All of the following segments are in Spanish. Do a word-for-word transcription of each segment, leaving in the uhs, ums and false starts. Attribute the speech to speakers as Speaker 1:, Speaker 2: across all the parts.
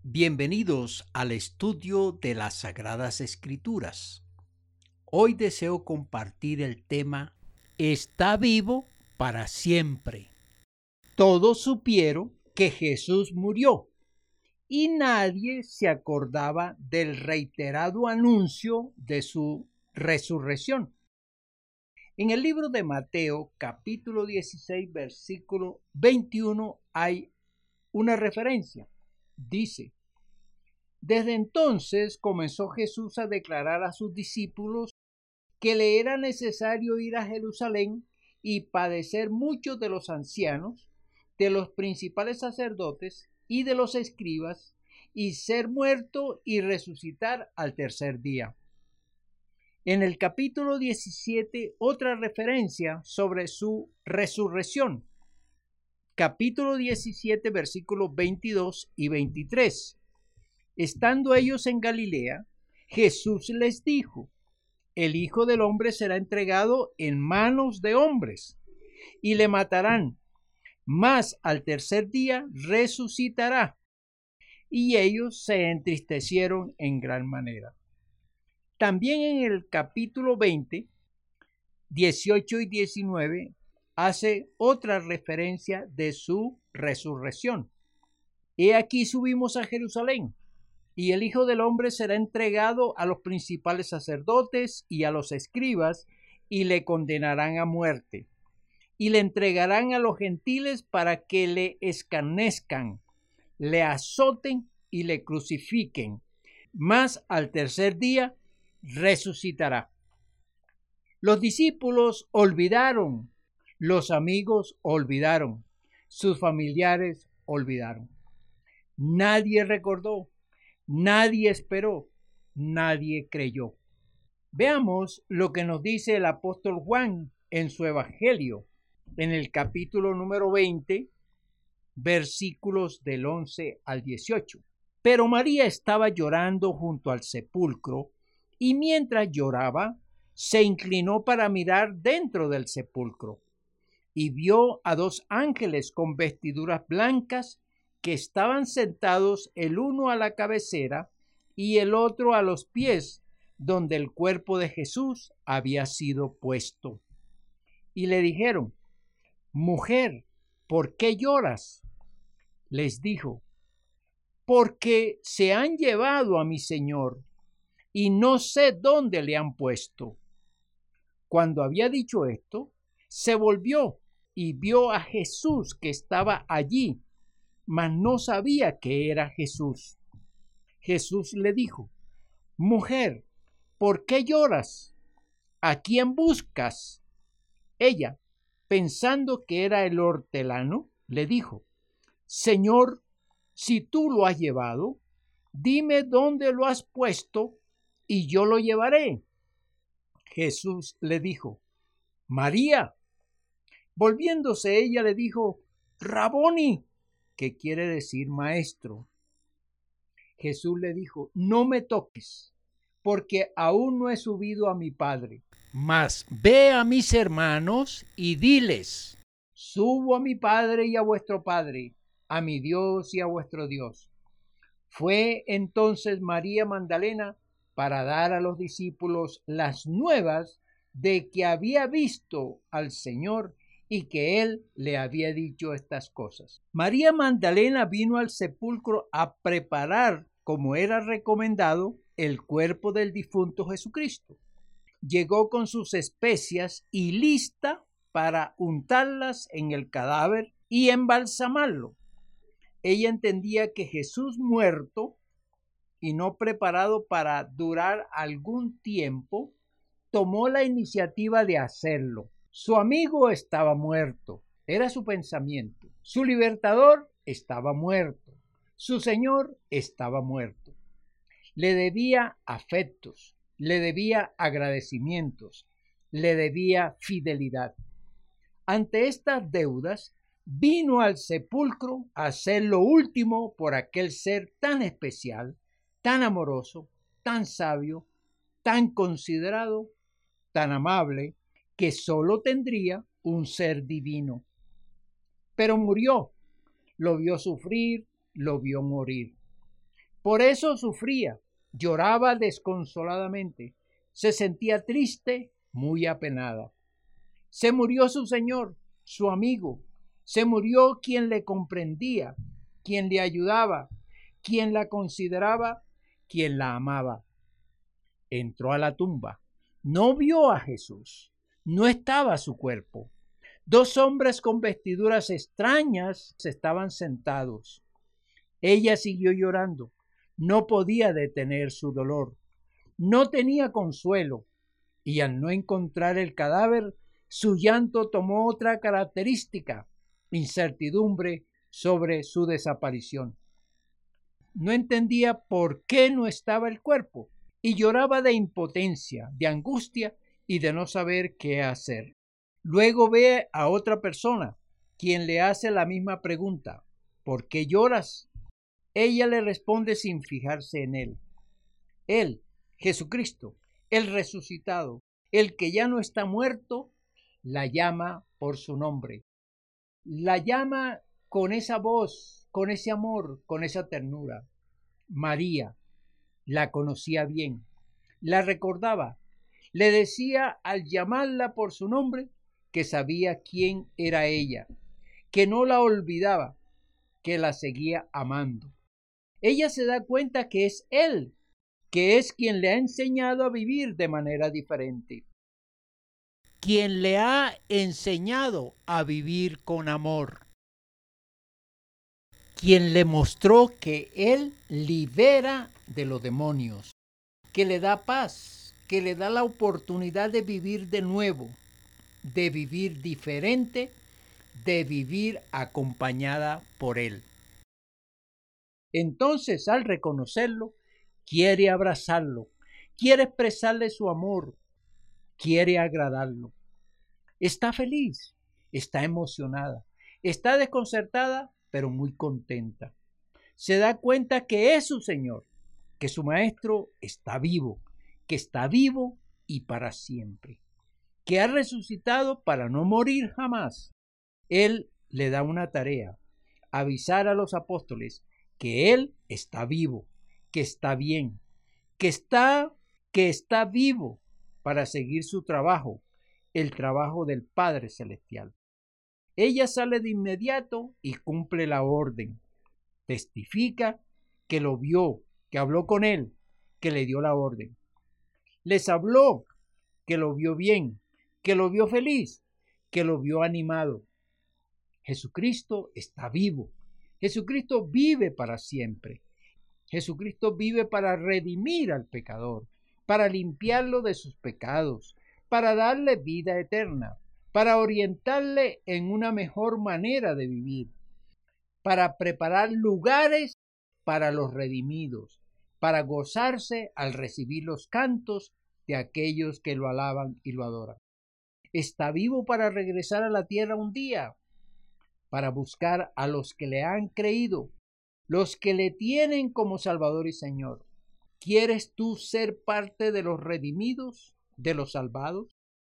Speaker 1: Bienvenidos al estudio de las Sagradas Escrituras. Hoy deseo compartir el tema Está vivo para siempre. Todos supieron que Jesús murió y nadie se acordaba del reiterado anuncio de su resurrección. En el libro de Mateo, capítulo dieciséis, versículo veintiuno, hay una referencia. Dice: desde entonces comenzó Jesús a declarar a sus discípulos que le era necesario ir a Jerusalén y padecer mucho de los ancianos, de los principales sacerdotes y de los escribas, y ser muerto y resucitar al tercer día. En el capítulo diecisiete, otra referencia sobre su resurrección. Capítulo diecisiete, versículos veintidós y veintitrés. Estando ellos en Galilea, Jesús les dijo: el Hijo del Hombre será entregado en manos de hombres, y le matarán, mas al tercer día resucitará. Y ellos se entristecieron en gran manera. También en el capítulo veinte, dieciocho y diecinueve, hace otra referencia de su resurrección. He aquí subimos a Jerusalén, y el Hijo del Hombre será entregado a los principales sacerdotes y a los escribas, y le condenarán a muerte, y le entregarán a los gentiles para que le escarnezcan, le azoten y le crucifiquen, mas al tercer día resucitará. Los discípulos olvidaron, los amigos olvidaron, sus familiares olvidaron. Nadie recordó, nadie esperó, nadie creyó. Veamos lo que nos dice el apóstol Juan en su Evangelio, en el capítulo número veinte, versículos del once al dieciocho. Pero María estaba llorando junto al sepulcro, y mientras lloraba, se inclinó para mirar dentro del sepulcro, y vio a dos ángeles con vestiduras blancas que estaban sentados el uno a la cabecera y el otro a los pies, donde el cuerpo de Jesús había sido puesto. Y le dijeron: mujer, ¿por qué lloras? Les dijo: porque se han llevado a mi Señor, y no sé dónde le han puesto. Cuando había dicho esto, se volvió y vio a Jesús que estaba allí, mas no sabía que era Jesús. Jesús le dijo: mujer, ¿por qué lloras? ¿A quién buscas? Ella, pensando que era el hortelano, le dijo: Señor, si tú lo has llevado, dime dónde lo has puesto y yo lo llevaré. Jesús le dijo: María. Volviéndose ella le dijo: Raboni, que quiere decir maestro. Jesús le dijo: no me toques, porque aún no he subido a mi Padre. Mas ve a mis hermanos y diles: subo a mi Padre y a vuestro Padre, a mi Dios y a vuestro Dios. Fue entonces María Magdalena para dar a los discípulos las nuevas de que había visto al Señor y que él le había dicho estas cosas. María Magdalena vino al sepulcro a preparar, como era recomendado, el cuerpo del difunto Jesucristo. Llegó con sus especias y lista para untarlas en el cadáver y embalsamarlo. Ella entendía que Jesús muerto y no preparado para durar algún tiempo, tomó la iniciativa de hacerlo. Su amigo estaba muerto, era su pensamiento. Su libertador estaba muerto. Su Señor estaba muerto. Le debía afectos, le debía agradecimientos, le debía fidelidad. Ante estas deudas, vino al sepulcro a hacer lo último por aquel ser tan especial, tan amoroso, tan sabio, tan considerado, tan amable, que solo tendría un ser divino. Pero murió, lo vio sufrir, lo vio morir. Por eso sufría, lloraba desconsoladamente, se sentía triste, muy apenada. Se murió su Señor, su amigo, se murió quien le comprendía, quien le ayudaba, quien la consideraba, quien la amaba. Entró a la tumba, no vio a Jesús, no estaba su cuerpo. Dos hombres con vestiduras extrañas estaban sentados. Ella siguió llorando, no podía detener su dolor, no tenía consuelo, y al no encontrar el cadáver, su llanto tomó otra característica, incertidumbre sobre su desaparición. No entendía por qué no estaba el cuerpo y lloraba de impotencia, de angustia y de no saber qué hacer. Luego ve a otra persona, quien le hace la misma pregunta: ¿por qué lloras? Ella le responde sin fijarse en él. Él, Jesucristo, el resucitado, el que ya no está muerto, la llama por su nombre. La llama con esa voz, con ese amor, con esa ternura. María la conocía bien, la recordaba, le decía al llamarla por su nombre que sabía quién era ella, que no la olvidaba, que la seguía amando. Ella se da cuenta que es Él, que es quien le ha enseñado a vivir de manera diferente, quien le ha enseñado a vivir con amor, quien le mostró que Él libera de los demonios, que le da paz, que le da la oportunidad de vivir de nuevo, de vivir diferente, de vivir acompañada por Él. Entonces, al reconocerlo, quiere abrazarlo, quiere expresarle su amor, quiere agradarlo. Está feliz, está emocionada, está desconcertada, pero muy contenta. Se da cuenta que es su Señor, que su Maestro está vivo, que está vivo y para siempre, que ha resucitado para no morir jamás. Él le da una tarea: avisar a los apóstoles que Él está vivo, que está bien, que está, que está vivo para seguir su trabajo, el trabajo del Padre Celestial. Ella sale de inmediato y cumple la orden. Testifica que lo vio, que habló con Él, que le dio la orden. Les habló, que lo vio bien, que lo vio feliz, que lo vio animado. Jesucristo está vivo. Jesucristo vive para siempre. Jesucristo vive para redimir al pecador, para limpiarlo de sus pecados, para darle vida eterna, para orientarle en una mejor manera de vivir, para preparar lugares para los redimidos, para gozarse al recibir los cantos de aquellos que lo alaban y lo adoran. Está vivo para regresar a la tierra un día, para buscar a los que le han creído, los que le tienen como Salvador y Señor. ¿Quieres tú ser parte de los redimidos, de los salvados?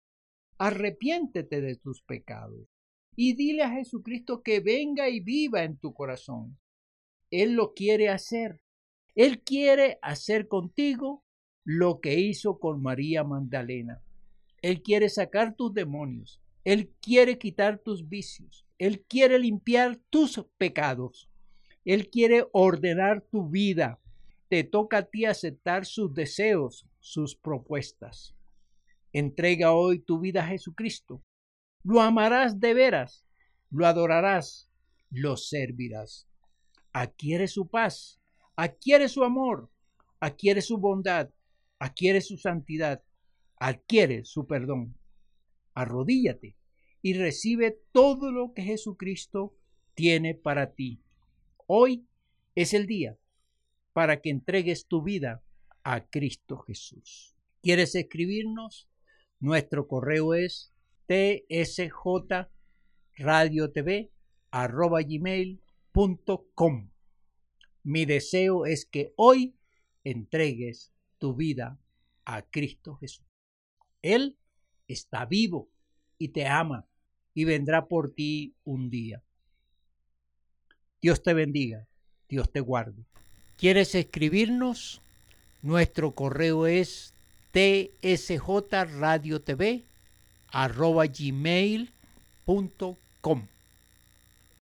Speaker 1: Arrepiéntete de tus pecados y dile a Jesucristo que venga y viva en tu corazón. Él lo quiere hacer. Él quiere hacer contigo lo que hizo con María Magdalena. Él quiere sacar tus demonios. Él quiere quitar tus vicios. Él quiere limpiar tus pecados. Él quiere ordenar tu vida. Te toca a ti aceptar sus deseos, sus propuestas. Entrega hoy tu vida a Jesucristo. Lo amarás de veras, lo adorarás, lo servirás. Adquiere su paz, adquiere su amor, adquiere su bondad, adquiere su santidad, adquiere su perdón. Arrodíllate y recibe todo lo que Jesucristo tiene para ti. Hoy es el día para que entregues tu vida a Cristo Jesús. ¿Quieres escribirnos? Nuestro correo es t s j radio t v arroba gmail punto com. Mi deseo es que hoy entregues tu vida a Cristo Jesús. Él está vivo y te ama y vendrá por ti un día. Dios te bendiga, Dios te guarde. ¿Quieres escribirnos? Nuestro correo es tsjradiotv arroba gmail punto com.